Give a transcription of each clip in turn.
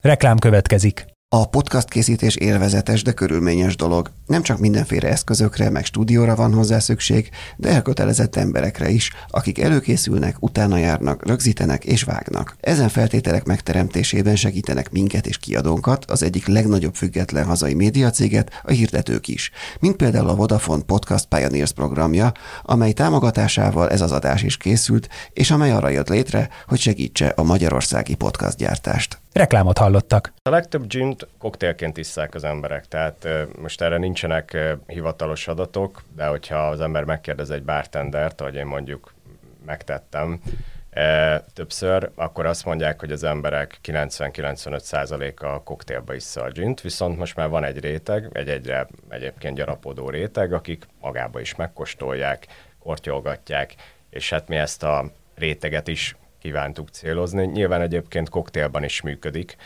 Reklám következik. A podcast készítés élvezetes, de körülményes dolog. Nem csak mindenféle eszközökre, meg stúdióra van hozzá szükség, de elkötelezett emberekre is, akik előkészülnek, utána járnak, rögzítenek és vágnak. Ezen feltételek megteremtésében segítenek minket és kiadónkat, az egyik legnagyobb független hazai médiacéget, a hirdetők is. Mint például a Vodafone Podcast Pioneers programja, amely támogatásával ez az adás is készült, és amely arra jött létre, hogy segítse a magyarországi podcastgyártást. Reklámot hallottak. A legtöbb gint koktélként isszák az emberek, tehát most erre nincsenek hivatalos adatok, de hogyha az ember megkérdez egy bartendert, ahogy én mondjuk megtettem többször, akkor azt mondják, hogy az emberek 90-95%-a koktélba issza a gint, viszont most már van egy réteg, egy egyre egyébként gyarapodó réteg, akik magába is megkóstolják, kortyolgatják, és hát mi ezt a réteget is kívántuk célozni. Nyilván egyébként koktélban is működik.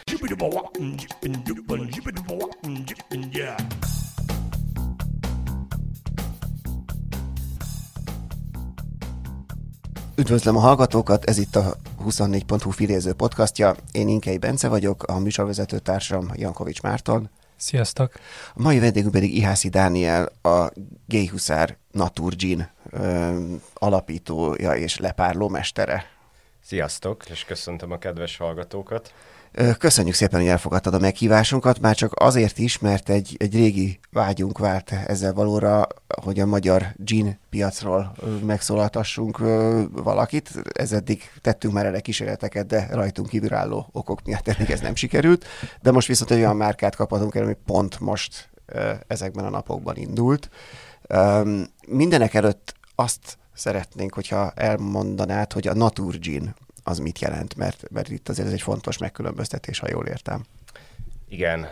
Üdvözlöm a hallgatókat, ez itt a 24.hu filéző podcastja. Én Inkei Bence vagyok, a műsorvezető társam Jankovics Márton. Sziasztok! A mai vendégünk pedig Ihászi Dániel, a Gay Huszár Natur Gin alapítója és lepárló mestere. Sziasztok, és köszöntöm a kedves hallgatókat. Köszönjük szépen, hogy elfogadtad a meghívásunkat, már csak azért is, mert egy régi vágyunk vált ezzel valóra, hogy a magyar gin piacról megszólaltassunk valakit. Ez eddig tettünk már erre kísérleteket, de rajtunk kívülálló okok miatt eddig ez nem sikerült. De most viszont egy olyan márkát kaphatunk el, ami pont most ezekben a napokban indult. Mindenek előtt azt szeretnénk, hogyha elmondanád, hogy a Natur Gin az mit jelent, mert itt azért ez egy fontos megkülönböztetés, ha jól értem. Igen,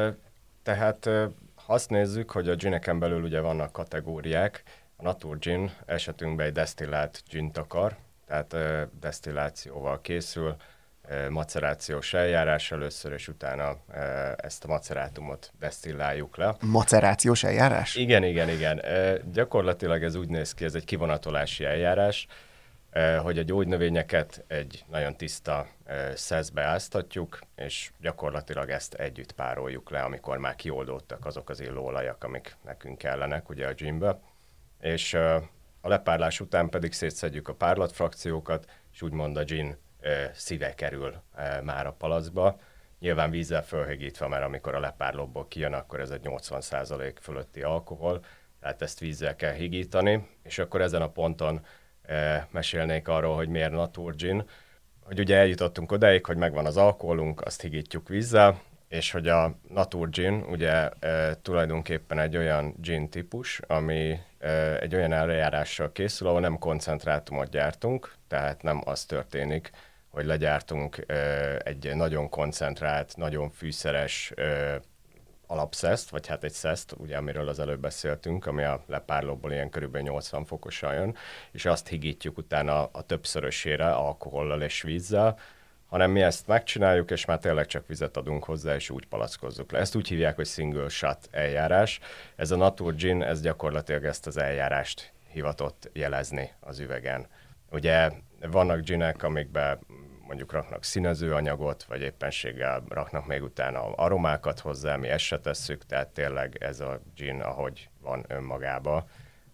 tehát ha azt nézzük, hogy a gineken belül ugye vannak kategóriák, a Natur Gin esetünkben egy desztillált gint akar, tehát desztillációval készül, macerációs eljárás először, és utána ezt a macerátumot desztilláljuk le. Macerációs eljárás? Igen. Gyakorlatilag ez úgy néz ki, ez egy kivonatolási eljárás, hogy a gyógynövényeket egy nagyon tiszta szeszbe áztatjuk, és gyakorlatilag ezt együtt pároljuk le, amikor már kioldódtak azok az illóolajak, amik nekünk kellenek ugye a ginbe. És a lepárlás után pedig szétszedjük a párlatfrakciókat, és úgymond a gin szíve kerül már a palackba. Nyilván vízzel fölhigítva, mert amikor a lepárlóból kijön, akkor ez egy 80% fölötti alkohol, tehát ezt vízzel kell higítani, és akkor ezen a ponton mesélnék arról, hogy miért Natur Gin, hogy ugye eljutottunk odáig, hogy megvan az alkoholunk, azt higítjuk vízzel, és hogy a Natur Gin ugye tulajdonképpen egy olyan gin típus, ami egy olyan eljárással készül, ahol nem koncentrátumot gyártunk, tehát nem az történik, hogy legyártunk egy nagyon koncentrált, nagyon fűszeres alapszeszt, vagy hát egy szeszt, ugye amiről az előbb beszéltünk, ami a lepárlóból ilyen körülbelül 80 fokosan jön, és azt higítjuk utána a többszörösére alkohollal és vízzel, hanem mi ezt megcsináljuk, és már tényleg csak vizet adunk hozzá, és úgy palackozzuk le. Ezt úgy hívják, hogy single shot eljárás. Ez a Natur Gin, ez gyakorlatilag ezt az eljárást hivatott jelezni az üvegen. Ugye vannak ginek, amikben mondjuk raknak színezőanyagot, vagy éppenséggel raknak még utána aromákat hozzá, mi ezt se tesszük, tehát tényleg ez a gin, ahogy van önmagába,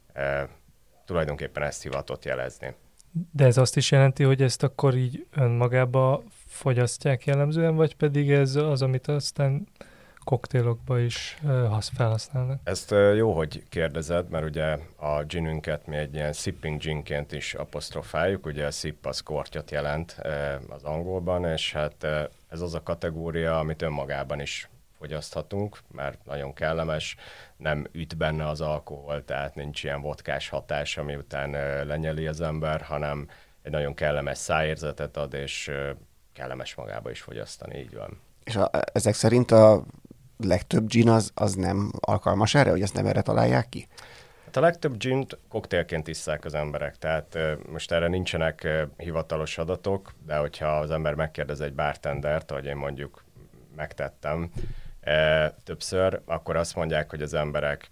tulajdonképpen ezt hivatott jelezni. De ez azt is jelenti, hogy ezt akkor így önmagába fogyasztják jellemzően, vagy pedig ez az, amit aztán koktélokba is felhasználnak? Ezt jó, hogy kérdezed, mert ugye a ginünket mi egy ilyen sipping ginként is apostrofáljuk, ugye a sip az kortyot jelent az angolban, és hát ez az a kategória, amit önmagában is fogyaszthatunk, mert nagyon kellemes, nem üt benne az alkohol, tehát nincs ilyen vodkás hatás, ami után lenyeli az ember, hanem egy nagyon kellemes szájérzetet ad, és kellemes magába is fogyasztani, így van. És ezek szerint a legtöbb gin az nem alkalmas erre, hogy ezt nem erre találják ki? Hát a legtöbb gint koktélként isszák az emberek, tehát most erre nincsenek hivatalos adatok, de hogyha az ember megkérdez egy bartendert, ahogy én mondjuk megtettem többször, akkor azt mondják, hogy az emberek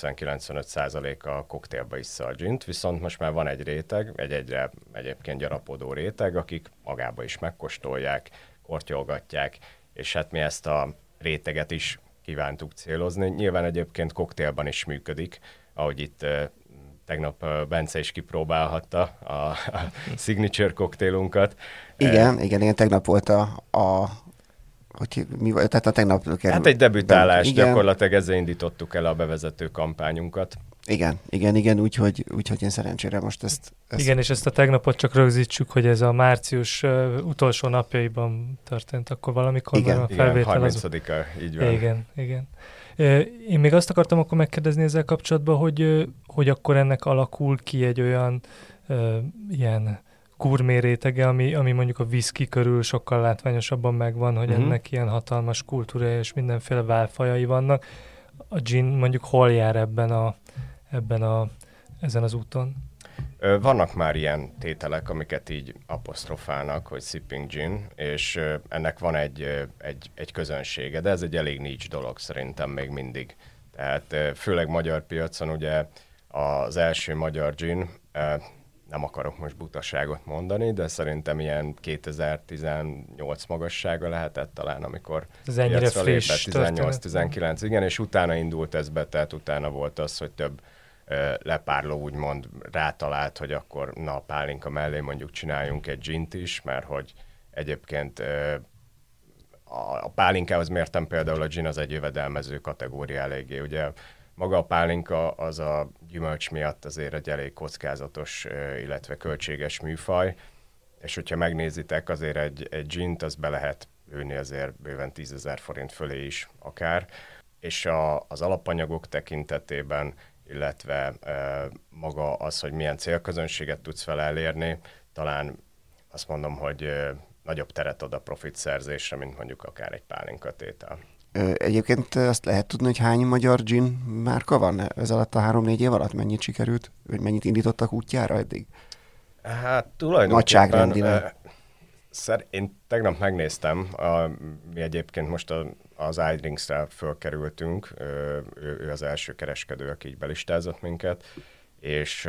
90-95%-a koktélba issza a gint, viszont most már van egy réteg, egy egyre egyébként gyarapodó réteg, akik magába is megkóstolják, kortyolgatják, és hát mi ezt a réteget is kívántuk célozni. Nyilván egyébként koktélban is működik, ahogy itt tegnap Bence is kipróbálhatta a signature koktélunkat. Igen, tegnap volt tehát a tegnap kerül. Hát egy debütálás, gyakorlatilag ezzel indítottuk el a bevezető kampányunkat. Igen, úgyhogy én szerencsére most ezt... Igen, és ezt a tegnapot csak rögzítsük, hogy ez a március utolsó napjaiban történt, akkor valamikor igen, a felvétel 30-a, így van. Igen. Én még azt akartam akkor megkérdezni ezzel kapcsolatban, hogy akkor ennek alakul ki egy olyan ilyen gurmé rétege, ami mondjuk a whisky körül sokkal látványosabban megvan, hogy ennek ilyen hatalmas kultúrája és mindenféle válfajai vannak. A gin mondjuk hol jár ezen az úton? Vannak már ilyen tételek, amiket így apostrofálnak, hogy sipping gin, és ennek van egy közönsége, de ez egy elég niche dolog szerintem még mindig. Tehát főleg magyar piacon ugye az első magyar gin, nem akarok most butaságot mondani, de szerintem ilyen 2018 magassága lehetett talán, amikor ez ennyire friss 18-19, igen, és utána indult ez be, tehát utána volt az, hogy több lepárló úgymond rátalált, hogy akkor a pálinka mellé mondjuk csináljunk egy gint is, mert hogy egyébként a pálinkához mértem például a gin az egy jövedelmező kategória eléggé, ugye maga a pálinka az a gyümölcs miatt azért egy elég kockázatos, illetve költséges műfaj, és hogyha megnézitek azért egy gint, az be lehet lőni azért bőven 10 000 forint fölé is akár, és az alapanyagok tekintetében, illetve maga az, hogy milyen célközönséget tudsz vele elérni, talán azt mondom, hogy nagyobb teret ad a profit szerzésre, mint mondjuk akár egy pálinkatétel. Egyébként azt lehet tudni, hogy hány magyar gin márka van ez alatt a 3-4 év alatt? Mennyit sikerült? Vagy mennyit indítottak útjára eddig? Hát tulajdonképpen én tegnap megnéztem, mi egyébként most az iDrinks-re fölkerültünk, ő az első kereskedő, aki így belistázott minket, és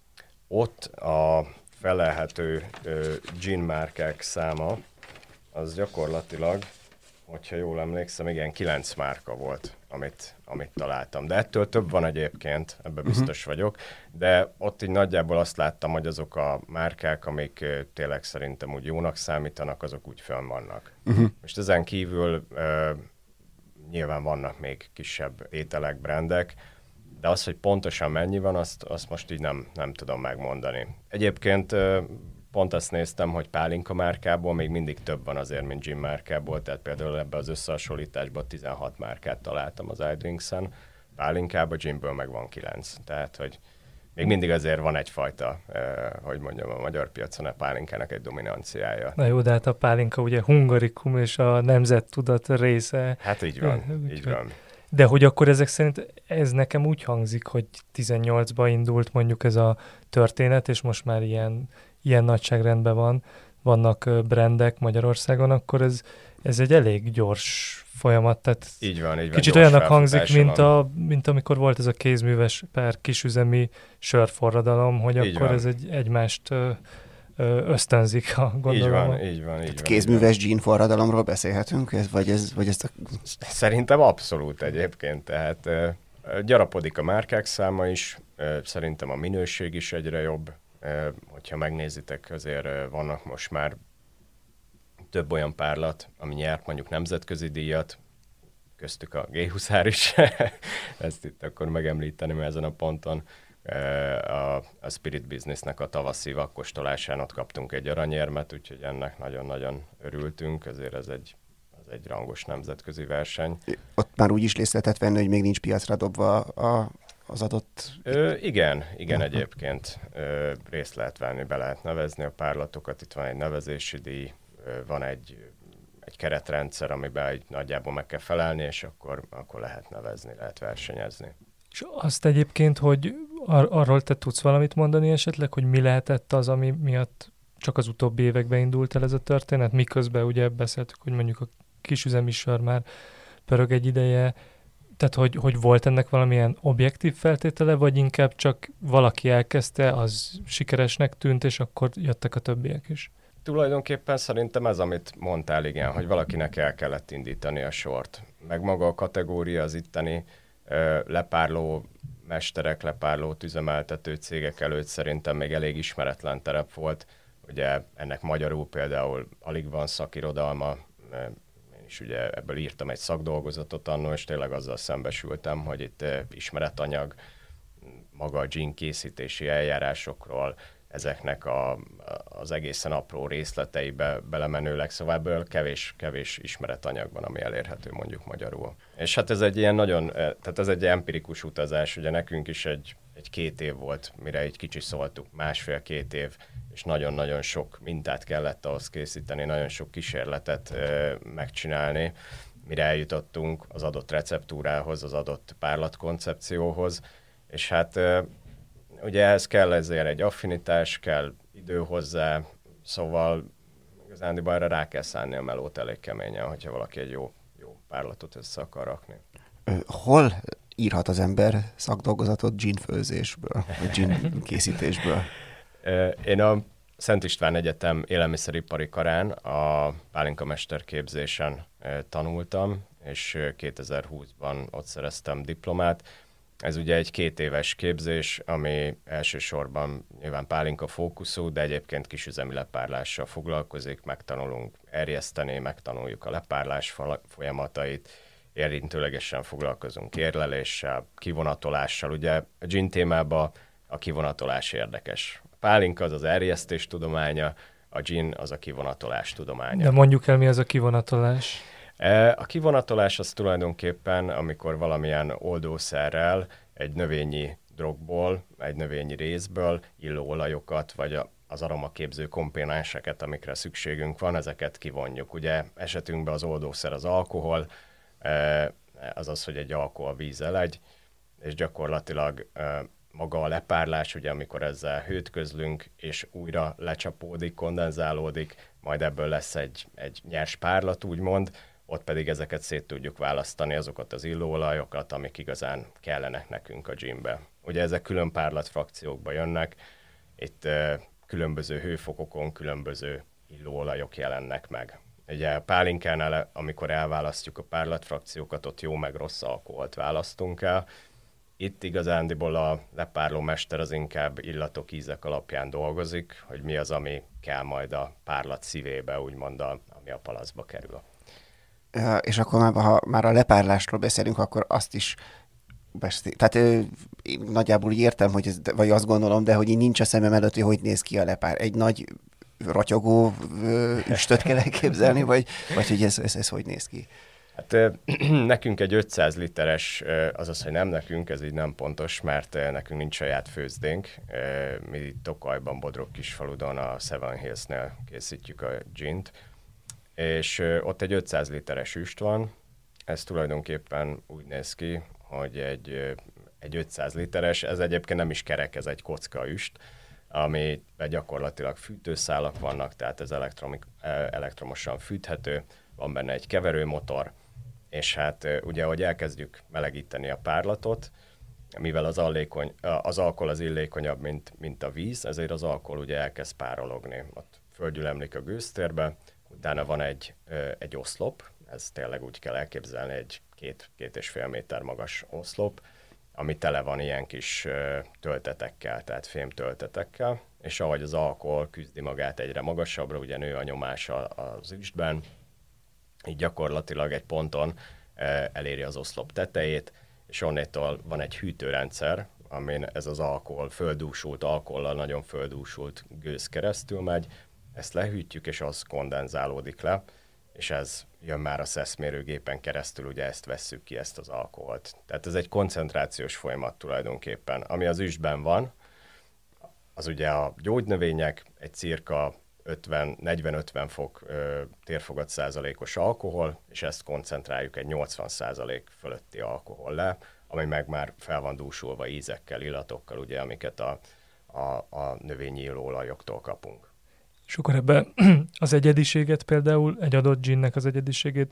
ott a felelhető gin márkák száma, az gyakorlatilag, hogyha jól emlékszem, igen, 9 márka volt, amit találtam. De ettől több van egyébként, ebben biztos vagyok, de ott így nagyjából azt láttam, hogy azok a márkák, amik tényleg szerintem úgy jónak számítanak, azok úgy fönn vannak. Most ezen kívül nyilván vannak még kisebb ételek, brandek, de az, hogy pontosan mennyi van, azt most így nem tudom megmondani. Egyébként pont azt néztem, hogy pálinka márkából még mindig több van azért, mint gin márkából, tehát például ebbe az összehasonlításban 16 márkát találtam az iDrinks-en, pálinkában, ginből meg van 9. Tehát, hogy még mindig azért van egyfajta, hogy mondjam, a magyar piacon a pálinkának egy dominanciája. Na jó, de hát a pálinka ugye hungarikum és a nemzettudat része. Hát így van, így van. De hogy akkor ezek szerint ez nekem úgy hangzik, hogy 18-ban indult mondjuk ez a történet, és most már ilyen nagyságrendben vannak brandek Magyarországon, akkor ez egy elég gyors folyamat. Tehát így van, kicsit olyannak hangzik, mint amikor volt ez a kézműves per kisüzemi sörforradalom, hogy így akkor van. ez egymást ösztönzik a gondolom. Így van. Kézműves gin forradalomról beszélhetünk? Vagy ezt a... Szerintem abszolút egyébként. Tehát gyarapodik a márkák száma is, szerintem a minőség is egyre jobb. Hogyha megnézitek, azért vannak most már több olyan párlat, ami nyert mondjuk nemzetközi díjat, köztük a G20 is, ezt itt akkor megemlíteném ezen a ponton. A Spirit Businessnek a tavaszi vakkostolásán ott kaptunk egy aranyérmet, úgyhogy ennek nagyon-nagyon örültünk, ezért ez egy rangos nemzetközi verseny. Ott már úgy is részt lehetett venni, hogy még nincs piacra dobva az adott... Igen, egyébként részt lehet venni, be lehet nevezni a párlatokat, itt van egy nevezési díj, van egy keretrendszer, amiben nagyjából meg kell felelni, és akkor lehet nevezni, lehet versenyezni. És azt egyébként, hogy arról te tudsz valamit mondani esetleg, hogy mi lehetett az, ami miatt csak az utóbbi években indult el ez a történet, miközben ugye beszéltük, hogy mondjuk a kisüzemi sör már pörög egy ideje, tehát hogy volt ennek valamilyen objektív feltétele, vagy inkább csak valaki elkezdte, az sikeresnek tűnt, és akkor jöttek a többiek is? Tulajdonképpen szerintem ez, amit mondtál, igen, hogy valakinek el kellett indítani a sort. Meg maga a kategória az itteni lepárló mesterek, lepárlót üzemeltető cégek előtt szerintem még elég ismeretlen terep volt. Ugye ennek magyarul például alig van szakirodalma, én is ugye ebből írtam egy szakdolgozatot annól, és tényleg azzal szembesültem, hogy itt ismeretanyag, maga a gin készítési eljárásokról, ezeknek az egészen apró részleteibe belemenőleg, szóval ebből kevés ismeretanyag van, ami elérhető mondjuk magyarul. És hát ez egy ilyen nagyon, tehát ez egy empirikus utazás, ugye nekünk is egy 2 év volt, mire egy kicsi szóltuk, 1,5-2 év, és nagyon-nagyon sok mintát kellett ahhoz készíteni, nagyon sok kísérletet megcsinálni, mire eljutottunk az adott receptúrához, az adott párlatkoncepcióhoz, és hát ugye ehhez kell ezért egy affinitás, kell idő hozzá, szóval igazándiból erre rá kell szánni a melót elég keményen, hogyha valaki egy jó párlatot össze akar rakni. Hol írhat az ember szakdolgozatot ginfőzésből, vagy gin készítésből? Én a Szent István Egyetem élelmiszeripari karán a pálinka mesterképzésen tanultam, és 2020-ban ott szereztem diplomát. Ez ugye egy 2 éves képzés, ami elsősorban nyilván pálinka fókuszú, de egyébként kisüzemi lepárlással foglalkozik, megtanulunk erjeszteni, megtanuljuk a lepárlás folyamatait, érintőlegesen foglalkozunk érleléssel, kivonatolással. Ugye a gin témában a kivonatolás érdekes. A pálinka az erjesztés tudománya, a gin az a kivonatolás tudománya. De mondjuk el, mi az a kivonatolás? A kivonatolás az tulajdonképpen, amikor valamilyen oldószerrel egy növényi drogból, egy növényi részből illóolajokat, vagy az aromaképző komponenseket, amikre szükségünk van, ezeket kivonjuk. Ugye esetünkben az oldószer az alkohol, azaz, hogy egy alkoholvíz elegy, és gyakorlatilag maga a lepárlás, ugye amikor ezzel hőt közlünk, és újra lecsapódik, kondenzálódik, majd ebből lesz egy nyers párlat, úgymond, ott pedig ezeket szét tudjuk választani, azokat az illóolajokat, amik igazán kellenek nekünk a ginbe. Ugye ezek külön párlatfrakciókba jönnek, itt különböző hőfokokon különböző illóolajok jelennek meg. Ugye a pálinkánál, amikor elválasztjuk a párlatfrakciókat, ott jó meg rossz alkoholt választunk el. Itt igazándiból a lepárló mester az inkább illatok, ízek alapján dolgozik, hogy mi az, ami kell majd a párlat szívébe, úgymond, ami a palaszba kerül. És akkor ha már a lepárlásról beszélünk, akkor azt is tehát én nagyjából úgy értem, hogy vagy azt gondolom, de hogy így nincs a szemem előtt, hogy néz ki a lepár. Egy nagy ratyogó üstöt kell elképzelni, vagy hogy ez hogy néz ki? Hát nekünk egy 500 literes, azaz, hogy nem nekünk, ez így nem pontos, mert nekünk nincs saját főzdénk. Mi Tokajban, Bodrog-Kisfaludon, a Seven Hills-nél készítjük a gint, és ott egy 500 literes üst van. Ez tulajdonképpen úgy néz ki, hogy egy 500 literes, ez egyébként nem is kerek, ez egy kocka üst, amiben gyakorlatilag fűtőszálak vannak, tehát ez elektromosan fűthető, van benne egy keverőmotor, és hát ugye, ahogy elkezdjük melegíteni a párlatot, mivel az alkohol az illékonyabb, mint a víz, ezért az alkohol ugye elkezd párologni. Ott földgyülemlik a gőztérbe, utána van egy oszlop, ez tényleg úgy kell elképzelni, egy 2,5 méter magas oszlop, ami tele van ilyen kis töltetekkel, tehát fémtöltetekkel, és ahogy az alkohol küzdi magát egyre magasabbra, ugye nő a nyomás az üstben, így gyakorlatilag egy ponton eléri az oszlop tetejét, és onnétól van egy hűtőrendszer, amin ez az alkohol, földúsult alkohollal, nagyon földúsult gőz keresztül megy, ezt lehűtjük, és az kondenzálódik le, és ez jön már a szeszmérőgépen keresztül, ugye ezt vesszük ki, ezt az alkoholt. Tehát ez egy koncentrációs folyamat tulajdonképpen. Ami az üstben van, az ugye a gyógynövények, egy cirka 40-50 fok térfogat százalékos alkohol, és ezt koncentráljuk egy 80% fölötti alkohollá, ami meg már fel van dúsulva ízekkel, illatokkal, ugye, amiket a növényi illóolajoktól kapunk. És akkor ebben az egyediséget például, egy adott ginnek az egyediségét,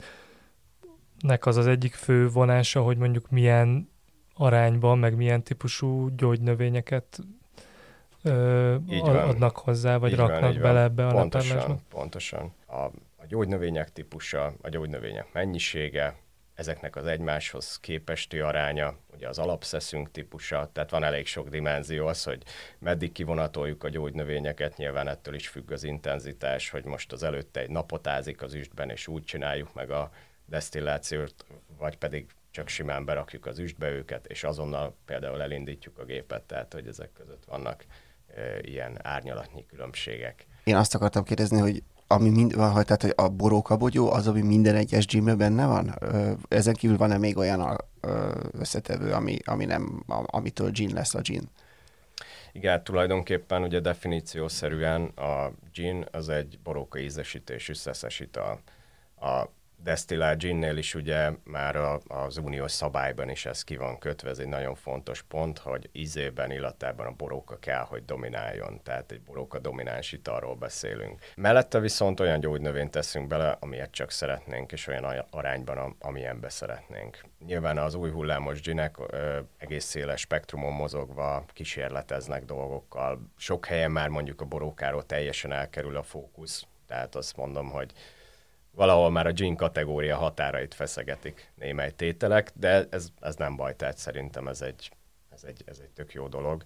az az egyik fő vonása, hogy mondjuk milyen arányban, meg milyen típusú gyógynövényeket adnak hozzá, vagy raknak bele ebbe a lepárlásba? Pontosan. A gyógynövények típusa, a gyógynövények mennyisége, ezeknek az egymáshoz képesti aránya, ugye az alapszeszünk típusa, tehát van elég sok dimenzió az, hogy meddig kivonatoljuk a gyógynövényeket, nyilván ettől is függ az intenzitás, hogy most az előtte egy napot ázik az üstben, és úgy csináljuk meg a desztillációt, vagy pedig csak simán berakjuk az üstbe őket, és azonnal például elindítjuk a gépet, tehát hogy ezek között vannak ilyen árnyalatnyi különbségek. Én azt akartam kérdezni, hogy ami van, tehát hogy a borókabogyó az, ami minden egyes gymben benne van? Ezen kívül van-e még olyan összetevő, ami nem, amitől gin lesz a gin? Igen, tulajdonképpen ugye definíciószerűen a gin az egy boróka ízesítésű szeszes ital. A desztillált ginnél is ugye már az uniós szabályban is ez ki van kötve, ez egy nagyon fontos pont, hogy ízében, illatában a boróka kell, hogy domináljon, tehát egy boróka domináns italról beszélünk. Mellette viszont olyan gyógynövényt teszünk bele, amilyet csak szeretnénk, és olyan arányban, amilyenbe szeretnénk. Nyilván az új hullámos ginek egész széles spektrumon mozogva kísérleteznek dolgokkal. Sok helyen már mondjuk a borókáról teljesen elkerül a fókusz, tehát azt mondom, hogy valahol már a gin kategória határait feszegetik némely tételek, de ez nem baj, tehát szerintem ez egy tök jó dolog.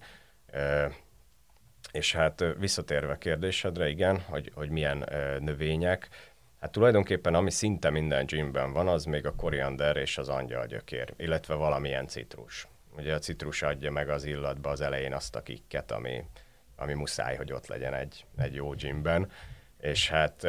És hát visszatérve a kérdésedre, igen, hogy milyen növények, hát tulajdonképpen ami szinte minden ginben van, az még a koriander és az angyalgyökér, illetve valamilyen citrus. Ugye a citrus adja meg az illatba az elején azt a kikket, ami muszáj, hogy ott legyen egy jó ginben, és hát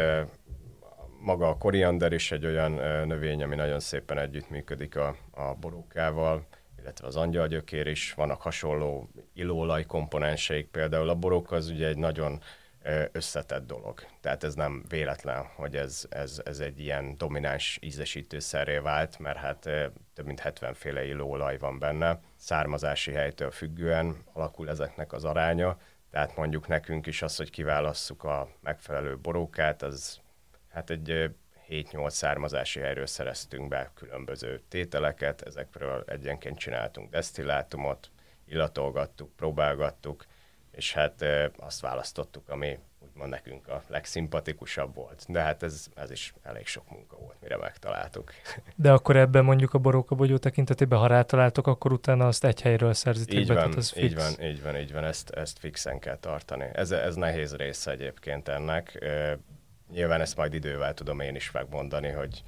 maga a koriander is egy olyan növény, ami nagyon szépen együttműködik a borókával, illetve az angyalgyökér is, vannak hasonló illóolaj komponenseik, például a boróka az ugye egy nagyon összetett dolog. Tehát ez nem véletlen, hogy ez egy ilyen domináns ízesítőszerré vált, mert hát több mint 70 féle illóolaj van benne. Származási helytől függően alakul ezeknek az aránya, tehát mondjuk nekünk is az, hogy kiválasszuk a megfelelő borókát, az hát egy 7-8 származási helyről szereztünk be különböző tételeket, ezekről egyenként csináltunk desztillátumot, illatolgattuk, próbálgattuk, és hát azt választottuk, ami úgymond nekünk a legszimpatikusabb volt. De hát ez is elég sok munka volt, mire megtaláltuk. De akkor ebben mondjuk a borókabogyó tekintetében, ha rátaláltok, akkor utána azt egy helyről szerzitek így be, van, tehát az fix. Így van, ezt fixen kell tartani. Ez nehéz része egyébként ennek. Nyilván ezt majd idővel tudom én is megmondani, hogy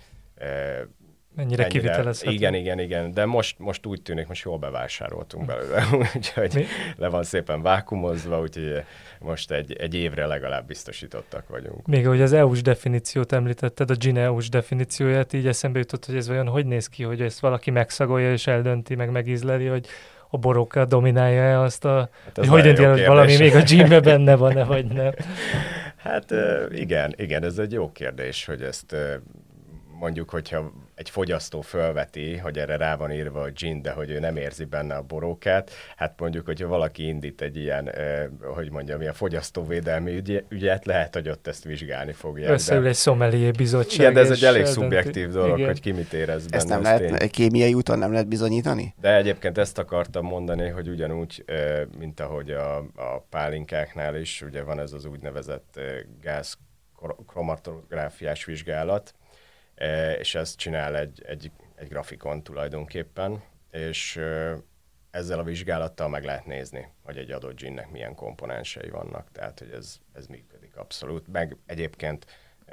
mennyire kivitelezhető. Igen, de most úgy tűnik, most jól bevásároltunk belőle, úgyhogy le van szépen vákumozva, úgyhogy most egy évre legalább biztosítottak vagyunk. Még ahogy az EU-s definíciót említetted, a gin EU-s definícióját, így eszembe jutott, hogy ez olyan hogy néz ki, hogy ezt valaki megszagolja és eldönti, meg megízleli, hogy a boróka dominálja-e azt a... Hát hogy dönti el, hogy valami még a ginbe benne van-e, vagy nem? Hát igen, ez egy jó kérdés, hogy ezt mondjuk, hogyha egy fogyasztó fölveti, hogy erre rá van írva a gin, de hogy ő nem érzi benne a borókát, hát mondjuk, hogyha valaki indít egy ilyen, hogy mondjam, ilyen fogyasztóvédelmi ügyet, lehet, hogy ott ezt vizsgálni fogják. Összeül egy sommelier bizottság. Igen, de ez egy elég szubjektív dolog, igen, hogy ki mit érez benne. Ezt nem lehet, kémiai úton nem lehet bizonyítani? De egyébként ezt akartam mondani, hogy ugyanúgy, mint ahogy a pálinkáknál is, ugye van ez az úgynevezett gáz kromatográfiás vizsgálat, és ezt csinál egy grafikon tulajdonképpen, és ezzel a vizsgálattal meg lehet nézni, hogy egy adott ginnek milyen komponensei vannak, tehát hogy ez működik abszolút. Meg egyébként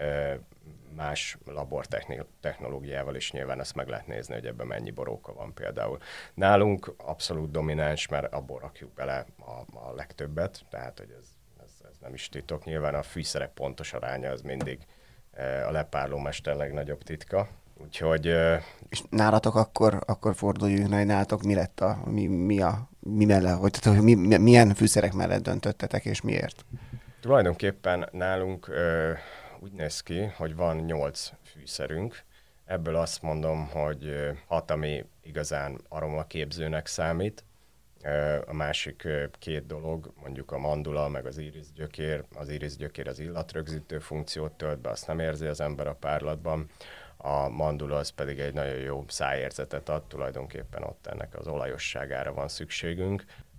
más labortechnológiával is nyilván ezt meg lehet nézni, hogy ebben mennyi boróka van például. Nálunk abszolút domináns, mert abból rakjuk bele a legtöbbet, tehát hogy ez nem is titok. Nyilván a fűszerek pontos aránya az mindig a lepárlómester legnagyobb titka. Úgyhogy... És nálatok akkor forduljunk, hogy nálatok mi lett mi mellett, hogy milyen fűszerek mellett döntöttetek, és miért? Tulajdonképpen nálunk úgy néz ki, hogy van 8 fűszerünk. Ebből azt mondom, hogy 6, ami igazán aromaképzőnek számít. A másik 2 dolog, mondjuk a mandula, meg az iriszgyökér. Az iriszgyökér az illatrögzítő funkciót tölt be, azt nem érzi az ember a párlatban. A mandula az pedig egy nagyon jó szájérzetet ad, tulajdonképpen ott ennek az olajosságára van szükségünk.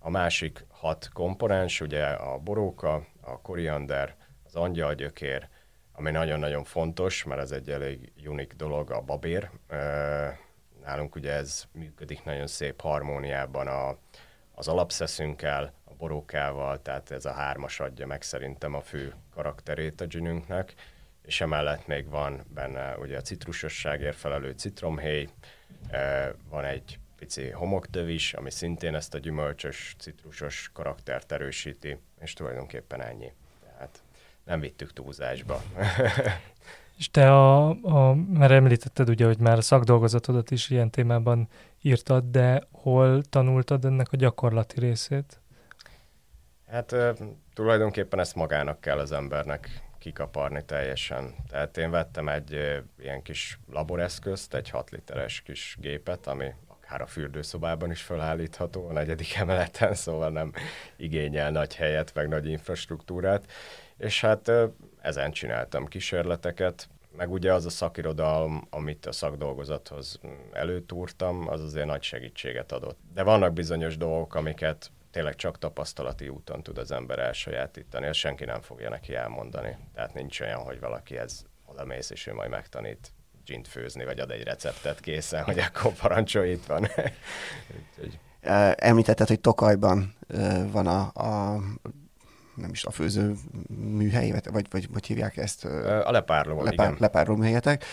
A másik 6 komponens, ugye a boróka, a koriander, az angyalgyökér, ami nagyon-nagyon fontos, mert ez egy elég unik dolog, a babér. Nálunk ugye ez működik nagyon szép harmóniában az alapszeszünkkel, a borókával, tehát ez a 3-as adja meg szerintem a fő karakterét a ginünknek, és emellett még van benne ugye a citrusosságért felelő citromhéj, van egy pici homoktöv is, ami szintén ezt a gyümölcsös, citrusos karaktert erősíti, és tulajdonképpen ennyi. Tehát nem vittük túlzásba. És te mert említetted ugye, hogy már a szakdolgozatodat is ilyen témában írtad, de hol tanultad ennek a gyakorlati részét? Hát tulajdonképpen ezt magának kell az embernek kikaparni teljesen. Tehát én vettem egy ilyen kis laboreszközt, egy 6 literes kis gépet, ami akár a fürdőszobában is felállítható, a 4. emeleten, szóval nem igényel nagy helyet, meg nagy infrastruktúrát. És hát ezen csináltam kísérleteket, meg ugye az a szakirodalom, amit a szakdolgozathoz előtúrtam, az azért nagy segítséget adott. De vannak bizonyos dolgok, amiket tényleg csak tapasztalati úton tud az ember elsajátítani, ezt senki nem fogja neki elmondani. Tehát nincs olyan, hogy valaki odamész, és ő majd megtanít gint főzni, vagy ad egy receptet készen, hogy akkor parancsolj, itt van. Említetted, hogy Tokajban van nem is a főző műhely, vagy hívják ezt? A lepárló, igen. Lepárló műhelyetek.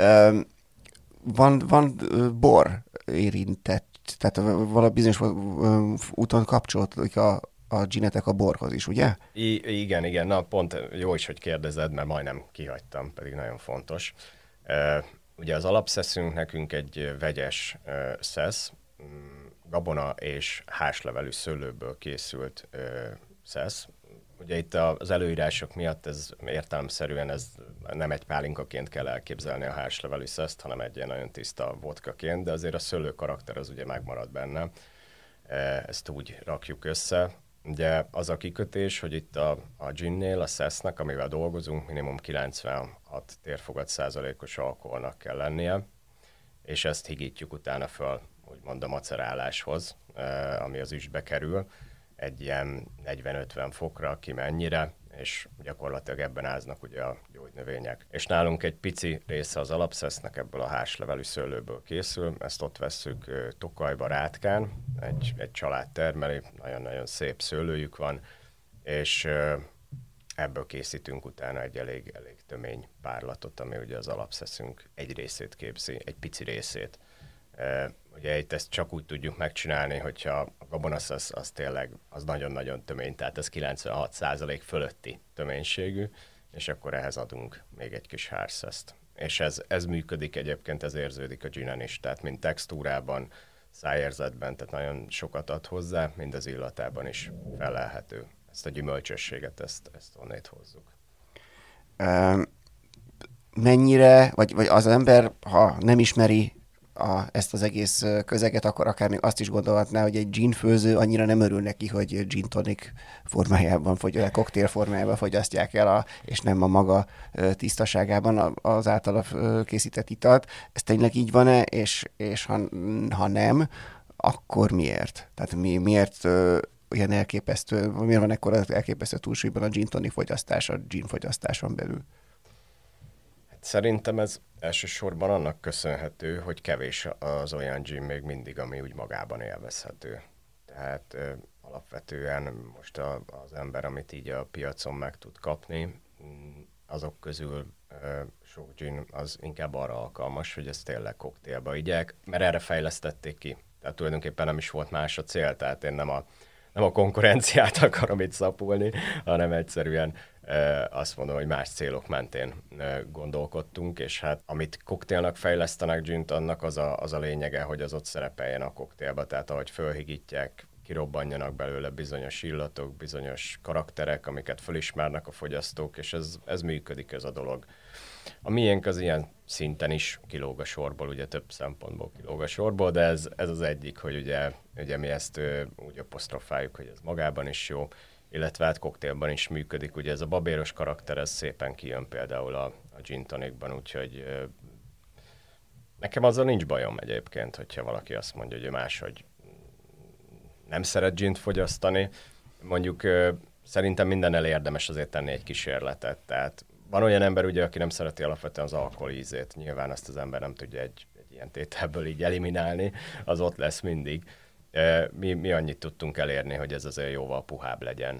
Van bor érintett, tehát valami bizonyos úton kapcsolódik a ginetek a borhoz is, ugye? Igen. Na pont jó is, hogy kérdezed, mert majdnem kihagytam, pedig nagyon fontos. Ugye az alapszeszünk nekünk egy vegyes szesz, gabona és hárslevelű szőlőből készült szesz. Ugye itt az előírások miatt ez értelemszerűen ez nem egy pálinkaként kell elképzelni a hárslevelű szeszt, hanem egy ilyen nagyon tiszta vodkaként, de azért a szőlő karakter az ugye megmarad benne. Ezt úgy rakjuk össze. Ugye az a kikötés, hogy itt a ginnél, a szesznek, amivel dolgozunk, minimum 96 térfogat százalékos alkoholnak kell lennie, és ezt higítjuk utána föl, úgymond a maceráláshoz, ami az üstbe kerül, egy ilyen 40-50 fokra, ki mennyire, és gyakorlatilag ebben áznak ugye a gyógynövények. És nálunk egy pici része az alapszesznek ebből a hárslevelű szőlőből készül, ezt ott vesszük Tokajba, Rátkán, egy család termeli, nagyon-nagyon szép szőlőjük van, és ebből készítünk utána egy elég tömény párlatot, ami ugye az alapszeszünk egy részét képzi, egy pici részét. Ugye itt ezt csak úgy tudjuk megcsinálni, hogyha a gabonaszesz az tényleg az nagyon-nagyon tömény, tehát ez 96% fölötti töménységű, és akkor ehhez adunk még egy kis hárszeszt. És ez működik egyébként, ez érződik a ginen is, tehát mind textúrában, szájérzetben, tehát nagyon sokat ad hozzá, mind az illatában is felelhető. Ezt a gyümölcsösséget, ezt onnét hozzuk. Mennyire, vagy az ember, ha nem ismeri ezt az egész közeget, akkor akár még azt is gondolhatná, hogy egy ginfőző annyira nem örül neki, hogy gin tonic formájában, vagy koktél formájában fogyasztják el, és nem a maga tisztaságában az általa készített italt. Ez tényleg így van-e, és ha nem, akkor miért? Tehát miért olyan elképesztő, miért van ekkora elképesztő túlsúlyban a gin tonic fogyasztás, a gin fogyasztáson belül? Szerintem ez elsősorban annak köszönhető, hogy kevés az olyan gin még mindig, ami úgy magában élvezhető. Tehát alapvetően most az ember, amit így a piacon meg tud kapni, azok közül sok gin az inkább arra alkalmas, hogy ezt tényleg koktélba igyek, mert erre fejlesztették ki. Tehát tulajdonképpen nem is volt más a cél, tehát én nem a konkurenciát akarom itt szapulni, hanem egyszerűen azt mondom, hogy más célok mentén gondolkodtunk, és hát amit koktélnak fejlesztenek gint, annak az a lényege, hogy az ott szerepeljen a koktélba, tehát ahogy fölhigítják, kirobbanjanak belőle bizonyos illatok, bizonyos karakterek, amiket fölismernek a fogyasztók, és ez működik, ez a dolog. A miénk az ilyen szinten is kilóg a sorból, ugye több szempontból kilóg a sorból, de ez az egyik, hogy ugye mi ezt úgy apostrofáljuk, hogy ez magában is jó, illetve hát koktélban is működik, ugye ez a babéros karakter, ez szépen kijön például a gin tonicban, úgyhogy nekem azzal nincs bajom egyébként, hogyha valaki azt mondja, hogy máshogy nem szeret gint fogyasztani. Mondjuk szerintem mindennel érdemes azért tenni egy kísérletet. Tehát van olyan ember, ugye, aki nem szereti alapvetően az alkohol ízét. Nyilván azt az ember nem tudja egy ilyen tételből így eliminálni, az ott lesz mindig. Mi annyit tudtunk elérni, hogy ez azért jóval puhább legyen,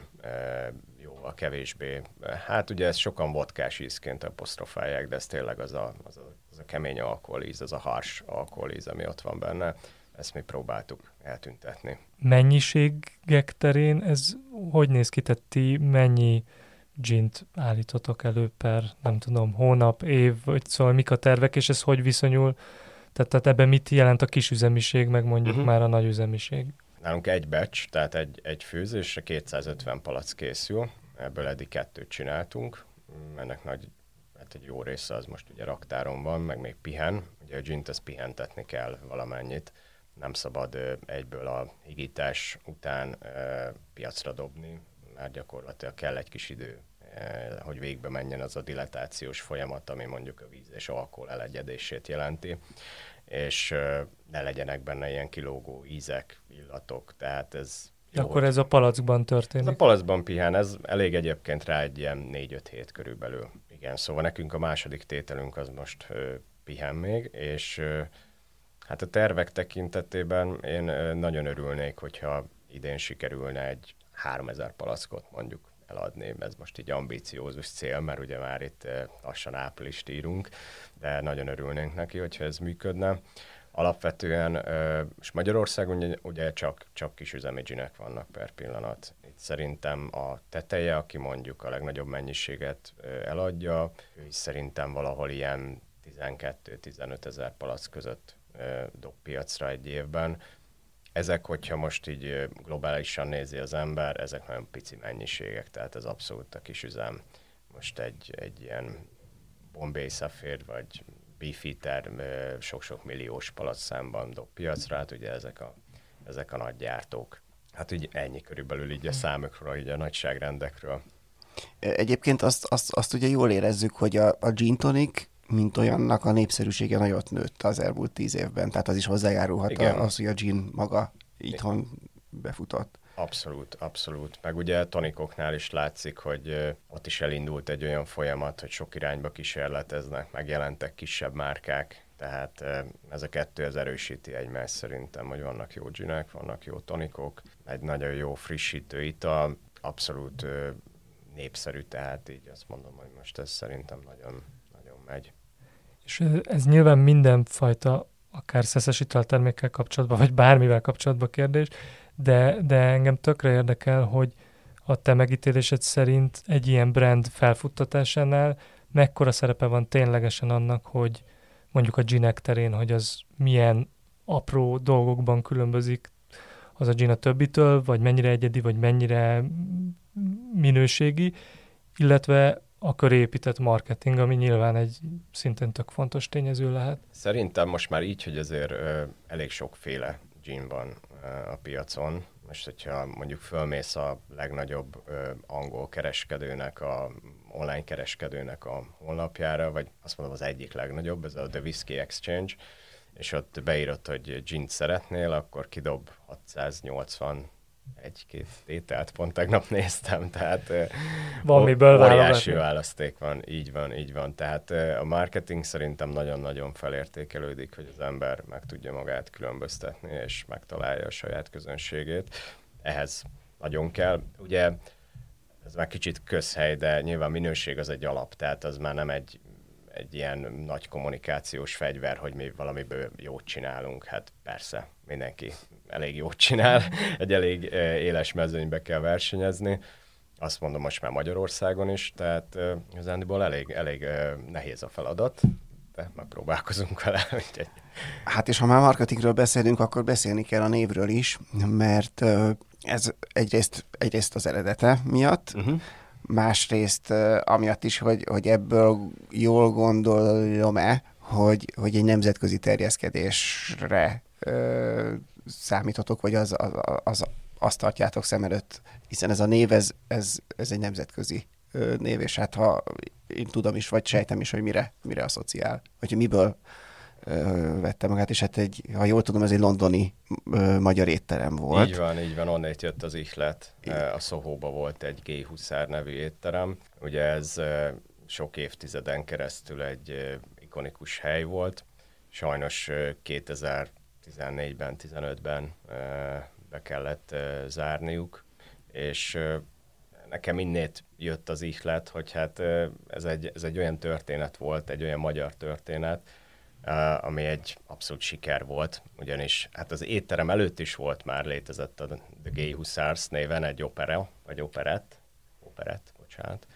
jóval kevésbé. Hát ugye ezt sokan vodkás ízként apostrofálják, de ez tényleg az a kemény alkoholíz, az a harsh alkoholíz, ami ott van benne. Ezt mi próbáltuk eltüntetni. Mennyiségek terén ez hogy néz ki? Tehát ti mennyi gint állítotok elő per, nem tudom, hónap, év, vagy szóval mik a tervek, és ez hogy viszonyul? Tehát ebben mit jelent a kisüzemiség, meg mondjuk már a nagyüzemiség? Nálunk egy batch, tehát egy főzésre 250 palack készül, ebből eddig 2 csináltunk. Ennek hát egy jó része az most ugye raktáron van, meg még pihen. Ugye a gint ezt pihentetni kell valamennyit. Nem szabad egyből a higítás után piacra dobni, mert gyakorlatilag kell egy kis idő, hogy végbe menjen az a dilatációs folyamat, ami mondjuk a víz és alkohol elegyedését jelenti, és ne legyenek benne ilyen kilógó ízek, illatok, tehát ez jó. Akkor ez a palackban történik? Ez a palackban pihen, ez elég egyébként rá egy ilyen 4-5 hét körülbelül. Igen, szóval nekünk a második tételünk az most pihen még, és hát a tervek tekintetében én nagyon örülnék, hogyha idén sikerülne egy 3000 palackot mondjuk eladni. Ez most így ambíciózus cél, mert ugye már itt lassan áprilist írunk, de nagyon örülnénk neki, hogyha ez működne. Alapvetően, és Magyarországon ugye csak kisüzemi ginek vannak per pillanat. Itt szerintem a teteje, aki mondjuk a legnagyobb mennyiséget eladja, ő is szerintem valahol ilyen 12-15 ezer palack között dob piacra egy évben. Ezek, hogyha most így globálisan nézi az ember, ezek nagyon pici mennyiségek, tehát ez abszolút a kisüzem. Most egy ilyen Bombay Sapphire vagy Beefeater sok-sok milliós palackszámban dob piacra, hát ugye ezek a nagy gyártók. Hát így ennyi körülbelül így a számokról, így a nagyságrendekről. Egyébként azt ugye jól érezzük, hogy a gin tonic, mint olyannak a népszerűsége nagyot nőtt az elmúlt 10 évben, tehát az is hozzájárulhat az, hogy a gin maga itthon befutott. Abszolút. Meg ugye tonikoknál is látszik, hogy ott is elindult egy olyan folyamat, hogy sok irányba kísérleteznek, megjelentek kisebb márkák, tehát ez a kettő ez erősíti egymást szerintem, hogy vannak jó ginek, vannak jó tonikok, egy nagyon jó frissítő ital, abszolút népszerű, tehát így azt mondom, hogy most ez szerintem nagyon megy. És ez nyilván mindenfajta, akár szeszes italtermékkel kapcsolatban, vagy bármivel kapcsolatban kérdés, de engem tökre érdekel, hogy a te megítélésed szerint egy ilyen brand felfuttatásánál mekkora szerepe van ténylegesen annak, hogy mondjuk a ginek terén, hogy az milyen apró dolgokban különbözik az a gin a többitől, vagy mennyire egyedi, vagy mennyire minőségi, illetve a köré épített marketing, ami nyilván egy szintén tök fontos tényező lehet. Szerintem most már így, hogy azért elég sokféle gin van a piacon. Most, hogyha mondjuk fölmész a legnagyobb angol kereskedőnek, a online kereskedőnek a honlapjára, vagy azt mondom az egyik legnagyobb, ez a The Whisky Exchange, és ott beírod, hogy gint szeretnél, akkor kidob 680 egy-két tételt, pont tegnap néztem, tehát van miből óriási választék van, így van. Tehát a marketing szerintem nagyon-nagyon felértékelődik, hogy az ember meg tudja magát különböztetni, és megtalálja a saját közönségét. Ehhez nagyon kell. Ugye ez már kicsit közhely, de nyilván minőség az egy alap, tehát az már nem egy ilyen nagy kommunikációs fegyver, hogy mi valamiből jót csinálunk. Hát persze, mindenki elég jót csinál, egy elég éles mezőnybe kell versenyezni. Azt mondom most már Magyarországon is, tehát igazándiból elég nehéz a feladat, de megpróbálkozunk vele. Hát és ha már marketingről beszélünk, akkor beszélni kell a névről is, mert ez egyrészt az eredete miatt, másrészt amiatt is, hogy ebből jól gondolom-e, hogy egy nemzetközi terjeszkedésre számítotok, vagy azt tartjátok szem előtt, hiszen ez a név, ez egy nemzetközi név, és hát ha én tudom is, vagy sejtem is, hogy mire asszociál, vagy miből vette magát, és hát ha jól tudom, ez egy londoni magyar étterem volt. Így van, onnét jött az ihlet. A Soho-ba volt egy G-Huszár nevű étterem. Ugye ez sok évtizeden keresztül egy ikonikus hely volt. Sajnos 2014-ben, 15-ben be kellett zárniuk, és nekem innét jött az ihlet, hogy hát ez egy olyan történet volt, egy olyan magyar történet, ami egy abszolút siker volt, ugyanis hát az étterem előtt is volt már, létezett a The Gay Hussars néven egy opera, vagy operett, bocsánat,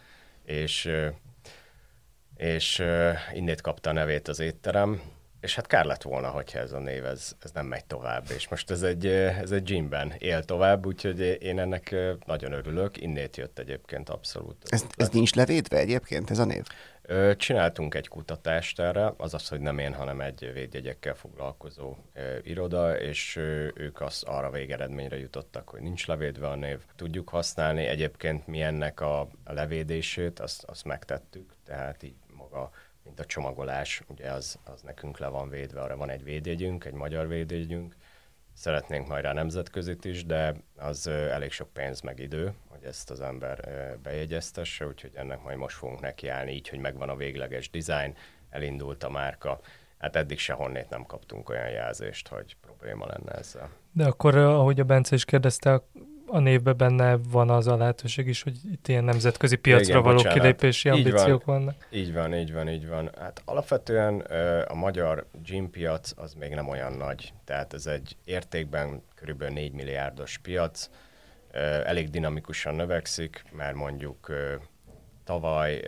és innét kapta a nevét az étterem, és hát kár lett volna, hogyha ez a név, ez nem megy tovább, és most ez egy gymben él tovább, úgyhogy én ennek nagyon örülök, innét jött egyébként abszolút. Ez nincs levédve egyébként, ez a név? Csináltunk egy kutatást erre, azaz, hogy nem én, hanem egy védjegyekkel foglalkozó iroda, és ők arra végeredményre jutottak, hogy nincs levédve a név. Tudjuk használni, egyébként mi ennek a levédését, azt megtettük, tehát így maga, mint a csomagolás, ugye az nekünk le van védve, arra van egy védjegyünk, egy magyar védjegyünk. Szeretnénk majd rá nemzetközit is, de az elég sok pénz meg idő, hogy ezt az ember bejegyeztesse, úgyhogy ennek majd most fogunk nekiállni, így, hogy megvan a végleges design, elindult a márka. Hát eddig sehonnét nem kaptunk olyan jelzést, hogy probléma lenne ezzel. De akkor, ahogy a Bence is kérdezte, a névben benne van az a lehetőség is, hogy itt ilyen nemzetközi piacra való kilépési ambíciók vannak. Így van. Hát alapvetően a magyar gym piac az még nem olyan nagy. Tehát ez egy értékben kb. 4 milliárdos piac. Elég dinamikusan növekszik, mert mondjuk tavaly,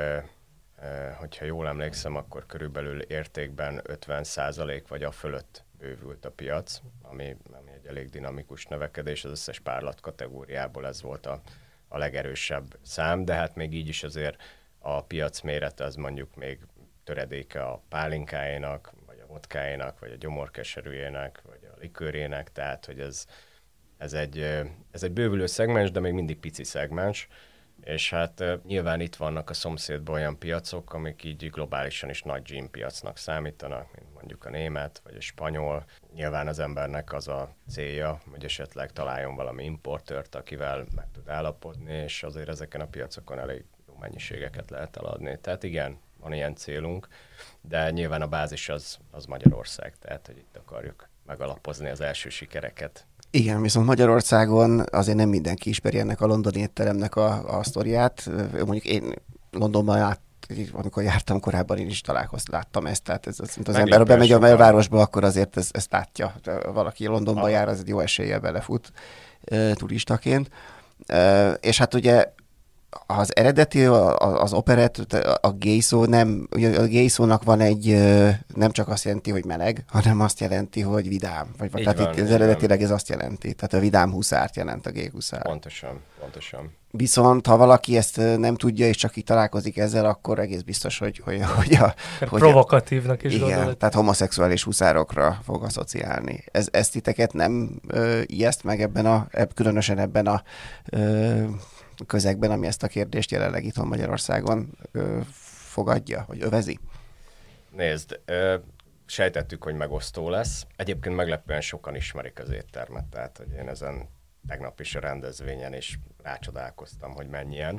hogyha jól emlékszem, akkor körülbelül értékben 50% vagy a fölött bővült a piac, ami egy elég dinamikus növekedés, az összes párlat kategóriából ez volt a legerősebb szám, de hát még így is azért a piac mérete az mondjuk még töredéke a pálinkájának, vagy a vodkájának, vagy a gyomorkeserűjének, vagy a likörének, tehát hogy ez egy bővülő szegmens, de még mindig pici szegmens, és hát nyilván itt vannak a szomszédban olyan piacok, amik így globálisan is nagy gym piacnak számítanak, mint mondjuk a német vagy a spanyol. Nyilván az embernek az a célja, hogy esetleg találjon valami importőrt, akivel meg tud állapodni, és azért ezeken a piacokon elég jó mennyiségeket lehet eladni. Tehát igen, van ilyen célunk, de nyilván a bázis az Magyarország, tehát hogy itt akarjuk megalapozni az első sikereket. Igen, viszont Magyarországon azért nem mindenki ismeri ennek a londoni étteremnek a sztoriát. Mondjuk én Londonban amikor jártam korábban, én is láttam ezt, tehát az ember, ha bemegy a városba, akkor azért ezt látja. Valaki Londonban jár, az egy jó eséllyel belefut turistaként. És hát ugye az eredeti, az operett, a gay szó nem, ugye a gay szónak van egy, nem csak azt jelenti, hogy meleg, hanem azt jelenti, hogy vidám. Tehát itt az eredetileg ez azt jelenti. Tehát a vidám huszárt jelent a gay huszár. Pontosan. Viszont ha valaki ezt nem tudja, és csak így találkozik ezzel, akkor egész biztos, hogy provokatívnak is igen, gondolod. tehát homoszexuális huszárokra fog asszociálni. Ez titeket nem ijeszt meg különösen ebben a közegben, ami ezt a kérdést jelenleg itthon Magyarországon fogadja, vagy övezi? Nézd, sejtettük, hogy megosztó lesz. Egyébként meglepően sokan ismerik az éttermet, tehát hogy én ezen tegnap is a rendezvényen is rácsodálkoztam, hogy mennyien.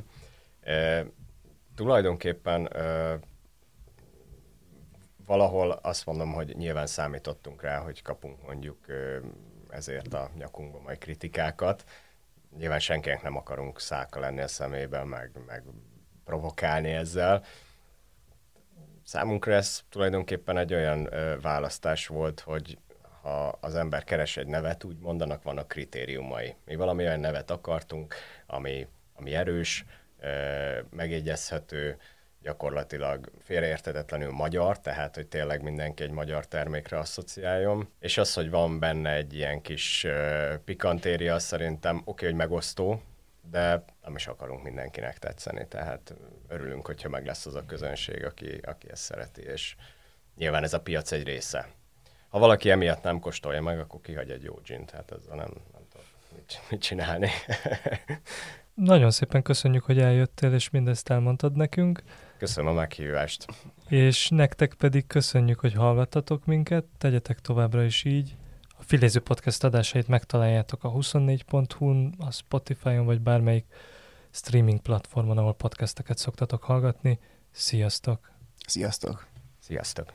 Tulajdonképpen valahol azt mondom, hogy nyilván számítottunk rá, hogy kapunk mondjuk ezért a nyakunkba majd kritikákat. Nyilván senkinek nem akarunk szálka lenni a szemében, meg provokálni ezzel. Számunkra ez tulajdonképpen egy olyan választás volt, hogy ha az ember keres egy nevet, úgy mondanak, vannak kritériumai. Mi valami olyan nevet akartunk, ami erős, megjegyezhető, gyakorlatilag félreérthetetlenül magyar, tehát hogy tényleg mindenki egy magyar termékre asszociáljon. És az, hogy van benne egy ilyen kis pikantéria, szerintem oké, hogy megosztó, de nem is akarunk mindenkinek tetszeni, tehát örülünk, hogyha meg lesz az a közönség, aki ezt szereti, és nyilván ez a piac egy része. Ha valaki emiatt nem kóstolja meg, akkor kihagy egy jó gint, hát ezzel nem tudom mit csinálni. Nagyon szépen köszönjük, hogy eljöttél, és mindezt elmondtad nekünk. Köszönöm a meghívást. És nektek pedig köszönjük, hogy hallgattatok minket, tegyetek továbbra is így. A Filéző Podcast adásait megtaláljátok a 24.hu-n, a Spotify-on, vagy bármelyik streaming platformon, ahol podcasteket szoktatok hallgatni. Sziasztok! Sziasztok! Sziasztok!